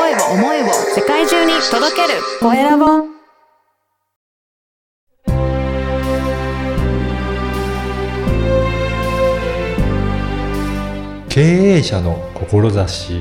声を世界中に届けるコエラボ。 経営者の志。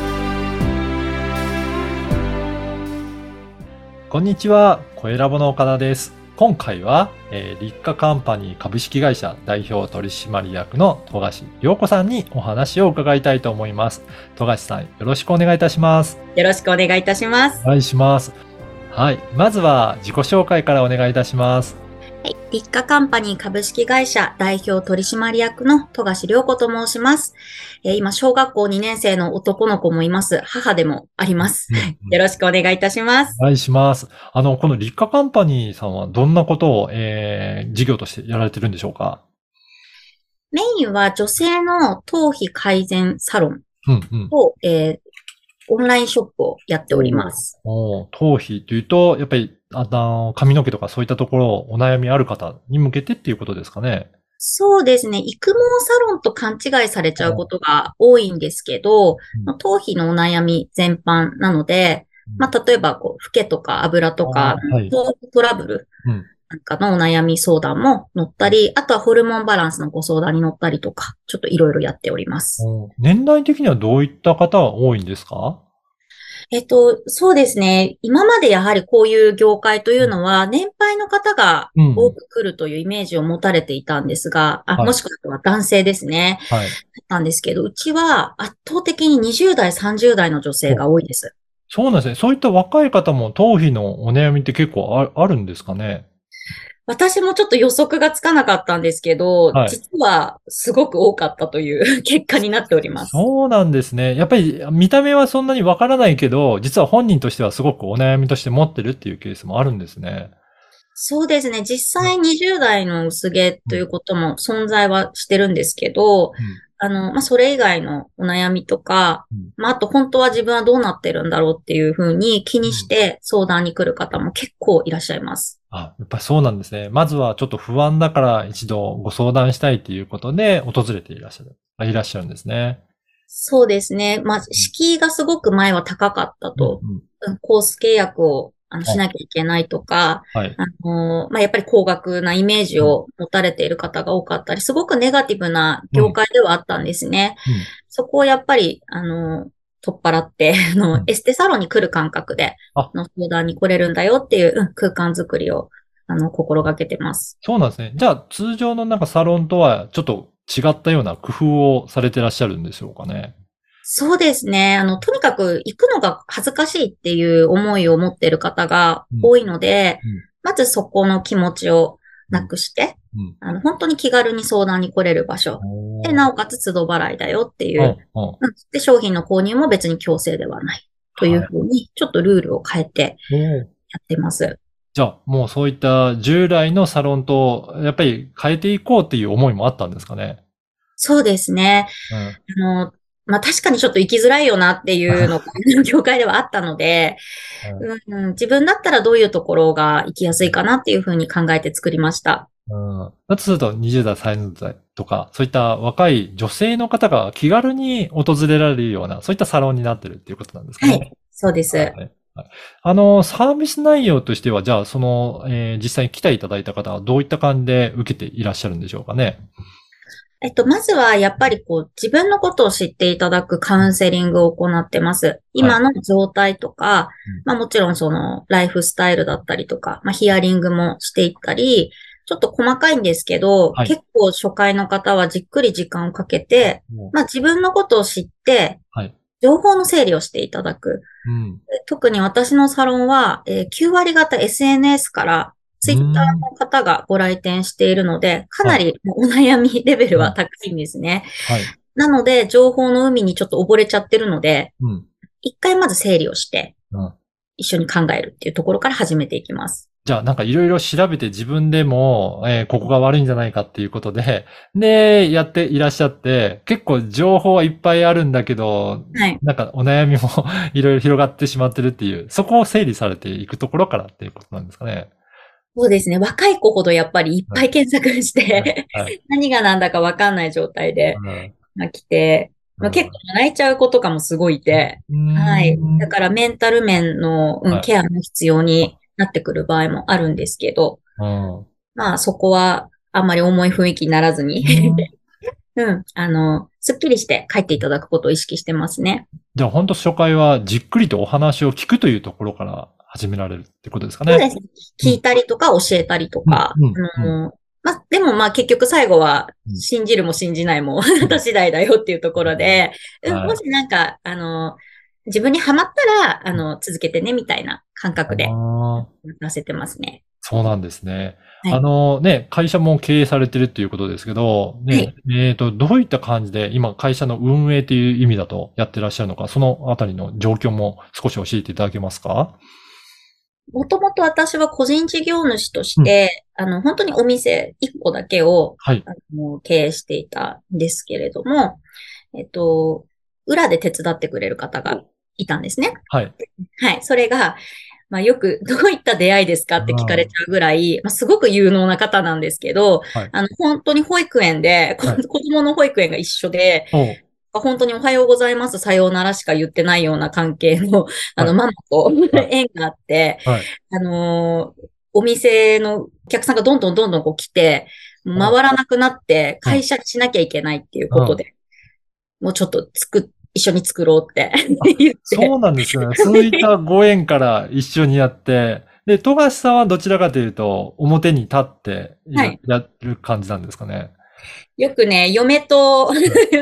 こんにちは、コエラボの岡田です。今回は、立花カンパニー株式会社代表取締役の富樫涼子さんにお話を伺いたいと思います。富樫さん、よろしくお願いいたします。 よろしくお願いいたします。 お願いします。はい。まずは自己紹介からお願いいたします。 はい。立花カンパニー株式会社代表取締役の富樫涼子と申します。今、小学校2年生の男の子もいます。母でもあります。よろしくお願いいたします。 お願いします。この立花カンパニーさんはどんなことを、事業としてやられてるんでしょうか？ メインは女性の頭皮改善サロンと、オンラインショップをやっております。 頭皮というと、やっぱり、髪の毛とかそういったところ、お悩みある方に向けてっていうことですかね。 そうですね。育毛サロンと勘違いされちゃうことが多いんですけど、頭皮のお悩み全般なので、例えば、フケとか油とか、頭皮トラブルなんかのお悩み相談も乗ったり、あとはホルモンバランスのご相談に乗ったりとか、ちょっといろいろやっております。 年代的にはどういった方が多いんですか？ そうですね。今までやはりこういう業界というのは、年配の方が多く来るというイメージを持たれていたんですが、もしくは男性ですね。だったんですけど、うちは圧倒的に20代、30代の女性が多いです。 そうなんですね。そういった若い方も頭皮のお悩みって結構あるんですかね？ 私もちょっと予測がつかなかったんですけど、実はすごく多かったという結果になっております。 そうなんですね。やっぱり見た目はそんなにわからないけど、実は本人としてはすごくお悩みとして持ってるっていうケースもあるんですね。 そうですね。実際20代の薄毛ということも存在はしてるんですけど、それ以外のお悩みとか、あと本当は自分はどうなってるんだろうっていうふうに気にして相談に来る方も結構いらっしゃいます。 やっぱりそうなんですね。まずはちょっと不安だから一度ご相談したいということで訪れていらっしゃるんですね。 そうですね。敷居がすごく前は高かったと。コース契約をしなきゃいけないとか、やっぱり高額なイメージを持たれている方が多かったり、すごくネガティブな業界ではあったんですね。そこをやっぱり、取っ払って、エステサロンに来る感覚で、の相談に来れるんだよっていう空間づくりを、心がけてます。 そうなんですね。じゃあ、通常のなんかサロンとはちょっと違ったような工夫をされてらっしゃるんでしょうかね。 そうですね。とにかく行くのが恥ずかしいっていう思いを持っている方が多いので、まずそこの気持ちをなくして、本当に気軽に相談に来れる場所。で、なおかつ都度払いだよっていう。で、商品の購入も別に強制ではない。というふうに、ちょっとルールを変えてやってます。 じゃあ、もうそういった従来のサロンと、やっぱり変えていこうっていう思いもあったんですかね。 そうですね。確かにちょっと生きづらいよなっていうのが業界ではあったので、自分だったらどういうところが生きやすいかなっていうふうに考えて作りました。 だとすると20代、30代とか、そういった若い女性の方が気軽に訪れられるような、そういったサロンになってるっていうことなんですかね。 はい、そうです。 サービス内容としては、じゃあ、実際に来ていただいた方はどういった感じで受けていらっしゃるんでしょうかね。 まずはやっぱり自分のことを知っていただくカウンセリングを行ってます。今の状態とか、もちろんライフスタイルだったりとか、ヒアリングもしていったり、ちょっと細かいんですけど、結構初回の方はじっくり時間をかけて、自分のことを知って、情報の整理をしていただく。特に私のサロンは、9割方 SNS からツイッターの方がご来店しているので、かなりお悩みレベルは高いんですね。なので、情報の海にちょっと溺れちゃってるので、一回まず整理をして、一緒に考えるっていうところから始めていきます。 じゃあなんかいろいろ調べて自分でも、ここが悪いんじゃないかっていうことで、で、やっていらっしゃって、結構情報はいっぱいあるんだけど、なんかお悩みもいろいろ広がってしまってるっていう、そこを整理されていくところからっていうことなんですかね。 そうですね。若い子ほどやっぱりいっぱい検索して、何が何だかわかんない状態で来て、 結構泣いちゃう子とかもすごいいて、はい。だからメンタル面の、ケアも必要になってくる場合もあるんですけど、まあそこはあんまり重い雰囲気にならずにすっきりして帰っていただくことを意識してますね。 じゃあ本当初回はじっくりとお話を聞くというところから始められるってことですかね。 そうですね。聞いたりとか教えたりとか、でも結局最後は信じるも信じないもあなた次第だよっていうところで、もしなんか、自分にハマったら、続けてねみたいな感覚で出せてますね。 そうなんですね。会社も経営されてるっていうことですけど、どういった感じで今会社の運営という意味だとやってらっしゃるのか、そのあたりの状況も少し教えていただけますか？ もともと私は個人事業主として、本当にお店1個だけを、経営していたんですけれども、裏で手伝ってくれる方がいたんですね。はい。はい。それが、よくどういった出会いですかって聞かれちゃうぐらい、すごく有能な方なんですけど、本当に保育園で、子供の保育園が一緒で、本当におはようございます、さようならしか言ってないような関係の、ママと縁があって、お店のお客さんがどんどんこう来て、回らなくなって会社しなきゃいけないっていうことで、もうちょっと一緒に作ろうって言って。 そうなんですよね。そういったご縁から一緒にやって、で、富樫さんはどちらかというと、表に立ってやる感じなんですかね。 よくね、嫁と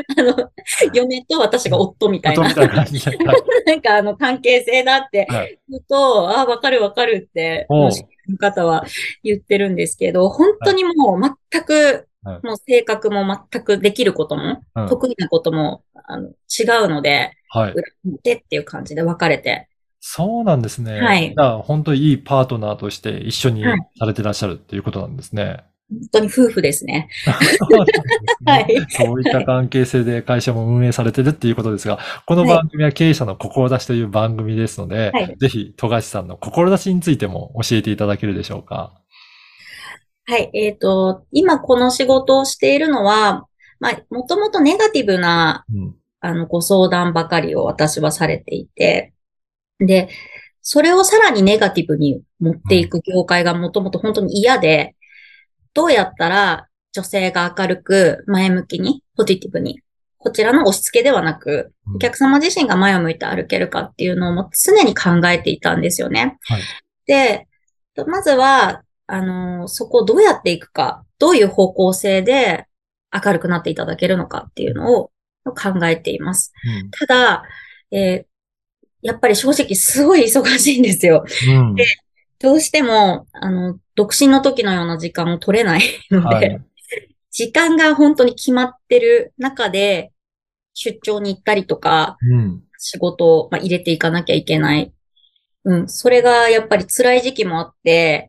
私が夫みたいな。感じで。なんか関係性だって言うと、わかるわかるって、もし方は言ってるんですけど、本当にもう全く、もう性格も全くできることも、得意なことも、違うので、裏表っていう感じで分かれて。 そうなんですね。はい。じゃあ、本当にいいパートナーとして一緒にされてらっしゃるっていうことなんですね。 本当に夫婦ですね。 はい。そういった関係性で会社も運営されてるっていうことですが、この番組は経営者の志という番組ですので、ぜひ、富樫さんの志についても教えていただけるでしょうか。 はい。今この仕事をしているのは、もともとネガティブな、ご相談ばかりを私はされていて、で、それをさらにネガティブに持っていく業界がもともと本当に嫌で、どうやったら女性が明るく前向きにポジティブにこちらの押し付けではなくお客様自身が前を向いて歩けるかっていうのをも常に考えていたんですよね。で、まずはそこをどうやっていくか、どういう方向性で明るくなっていただけるのかっていうのを考えています。ただ、やっぱり正直すごい忙しいんですよ。でどうしても、独身の時のような時間を取れないので、時間が本当に決まってる中で、出張に行ったりとか、仕事を、入れていかなきゃいけない。それがやっぱり辛い時期もあって、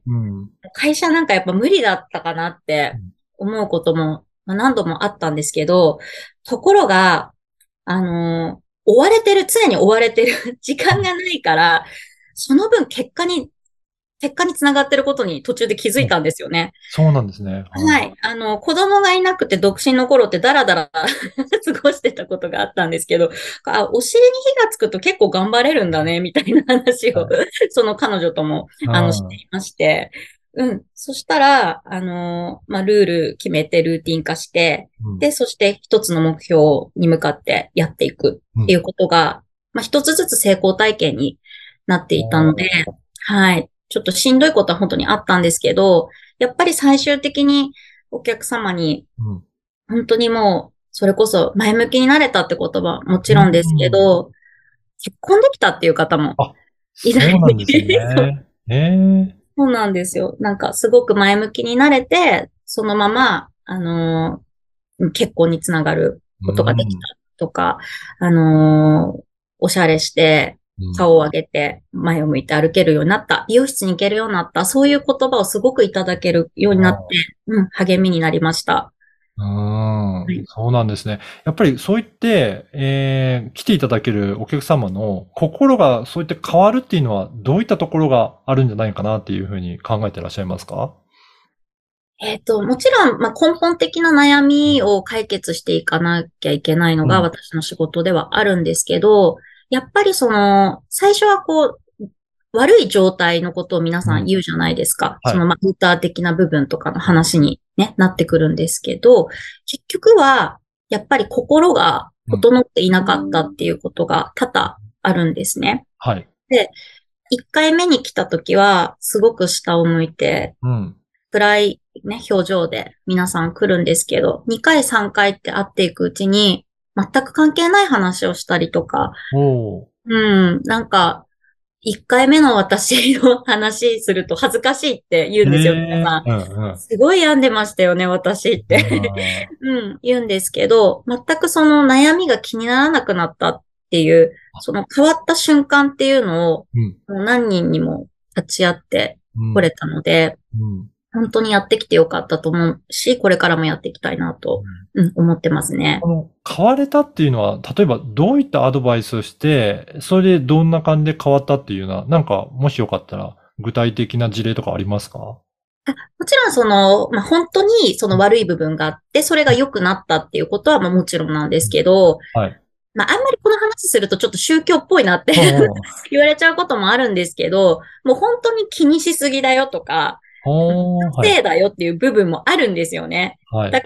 会社なんかやっぱ無理だったかなって思うことも、何度もあったんですけど、ところが、常に追われてる時間がないから、その分結果につながってることに途中で気づいたんですよね。 そうなんですね。 はい。子供がいなくて独身の頃ってダラダラ過ごしてたことがあったんですけど、お尻に火がつくと結構頑張れるんだね、みたいな話を、その彼女とも、していまして。そしたら、ルール決めてルーティン化して、で、そして一つの目標に向かってやっていくっていうことが、一つずつ成功体験になっていたので、はい。ちょっとしんどいことは本当にあったんですけど、やっぱり最終的にお客様に、本当にもう、それこそ前向きになれたって言葉もちろんですけど、結婚できたっていう方もいない。 そうなんですね。 そうなんですよ。なんかすごく前向きになれて、そのまま、結婚につながることができたとか、おしゃれして、顔を上げて前を向いて歩けるようになった。美容室に行けるようになった。そういう言葉をすごくいただけるようになって、励みになりました。 そうなんですね。やっぱりそう言って、来ていただけるお客様の心がそう言って変わるっていうのはどういったところがあるんじゃないかなっていうふうに考えていらっしゃいますか？ もちろん、まあ、根本的な悩みを解決していかなきゃいけないのが私の仕事ではあるんですけど、やっぱり最初は悪い状態のことを皆さん言うじゃないですか。 はい、 まあ、ルーター的な部分とかの話にね、なってくるんですけど、結局は、やっぱり心が整っていなかったっていうことが多々あるんですね。 はい。 で、1回目に来た時は、すごく下を向いて、暗いね、表情で皆さん来るんですけど、2回3回って会っていくうちに、全く関係ない話をしたりとか、なんか、1回目の私の話すると恥ずかしいって言うんですよ、皆さん。すごい病んでましたよね、私って言うんですけど、全くその悩みが気にならなくなったっていう、その変わった瞬間っていうのを、もう何人にも立ち会ってこれたので、本当にやってきてよかったと思うし、これからもやっていきたいなと、思ってますね。 変われたっていうのは、例えばどういったアドバイスをして、それでどんな感じで変わったっていうのは、なんかもしよかったら具体的な事例とかありますか？ もちろんまあ、本当に悪い部分があって、それが良くなったっていうことはもちろんなんですけど、 はい。 まあ、あんまりこの話するとちょっと宗教っぽいなって言われちゃうこともあるんですけど、もう本当に気にしすぎだよとか、せいだよっていう部分もあるんですよね。はい、だから、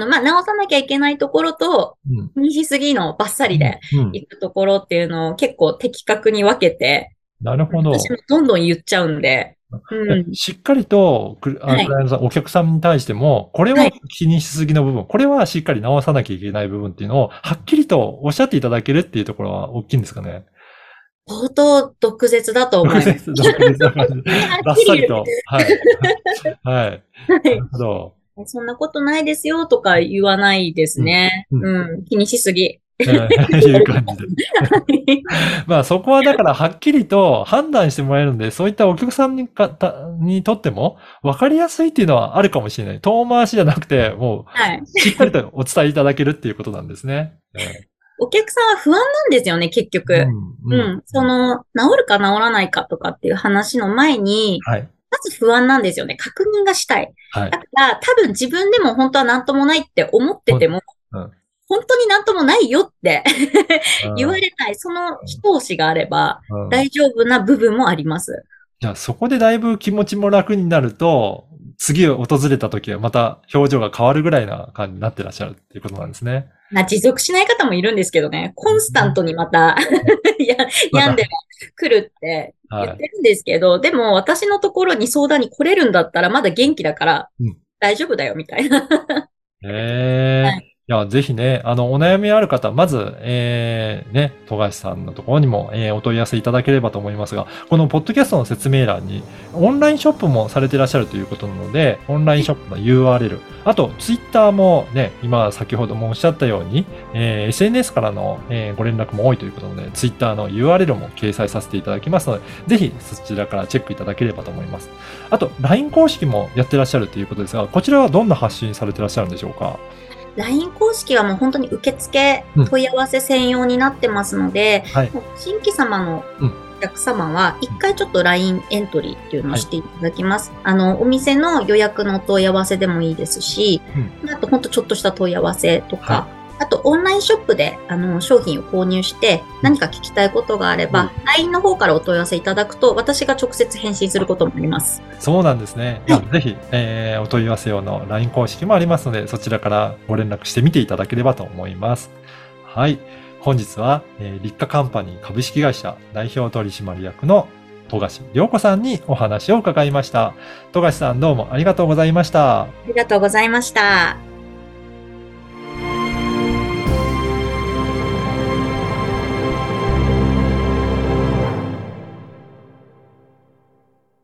まあ、直さなきゃいけないところと、気にしすぎのバッサリでいくところっていうのを結構的確に分けて、 なるほど。 私もどんどん言っちゃうんで。 しっかりと、クライアントさん、お客さんに対しても、これは気にしすぎの部分、これはしっかり直さなきゃいけない部分っていうのを、はっきりとおっしゃっていただけるっていうところは大きいんですかね。 相当毒舌だと思います。 毒舌だから。バッサリと。はい。はい。なるほど。 そんなことないですよとか言わないですね。気にしすぎ。 いう感じで。まあそこはだからはっきりと判断してもらえるので、そういったお客さんにとっても分かりやすいっていうのはあるかもしれない。遠回しじゃなくて、もうしっかりとお伝えいただけるっていうことなんですね。 お客さんは不安なんですよね、結局。治るか治らないかとかっていう話の前に、まず不安なんですよね。確認がしたい。だから多分自分でも本当は何ともないって思ってても、本当になんともないよって言われたい。その一押しがあれば大丈夫な部分もあります。 じゃあそこでだいぶ気持ちも楽になると、次訪れた時はまた表情が変わるぐらいな感じになってらっしゃるっていうことなんですね。 まあ持続しない方もいるんですけどね。コンスタントにまた病んでは来るって言ってるんですけど、でも私のところに相談に来れるんだったらまだ元気だから大丈夫だよみたいな。 いや、ぜひね、お悩みある方、まず、ね、富樫さんのところにも、お問い合わせいただければと思いますが、このポッドキャストの説明欄に、オンラインショップもされていらっしゃるということなので、オンラインショップの URL、あと、ツイッターもね、今、先ほどもおっしゃったように、SNS からの、ご連絡も多いということなので、ツイッターの URL も掲載させていただきますので、ぜひそちらからチェックいただければと思います。あと、LINE 公式もやってらっしゃるということですが、こちらはどんな発信されてらっしゃるんでしょうか ？LINE 公式はもう本当に受付問い合わせ専用になってますので、新規様のお客様は一回ちょっと LINE エントリーっていうのをしていただきます。お店の予約の問い合わせでもいいですし、あと本当ちょっとした問い合わせとか、あとオンラインショップで商品を購入して何か聞きたいことがあれば、LINE の方からお問い合わせいただくと私が直接返信することもあります。 そうなんですね。ぜひ、お問い合わせ用の LINE 公式もありますので、そちらからご連絡してみていただければと思います。はい。本日は、立花カンパニー株式会社代表取締役の富樫涼子さんにお話を伺いました。富樫さんどうもありがとうございました。 ありがとうございました。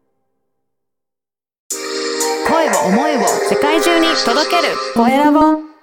声を思いを世界中に届けるコエラボ。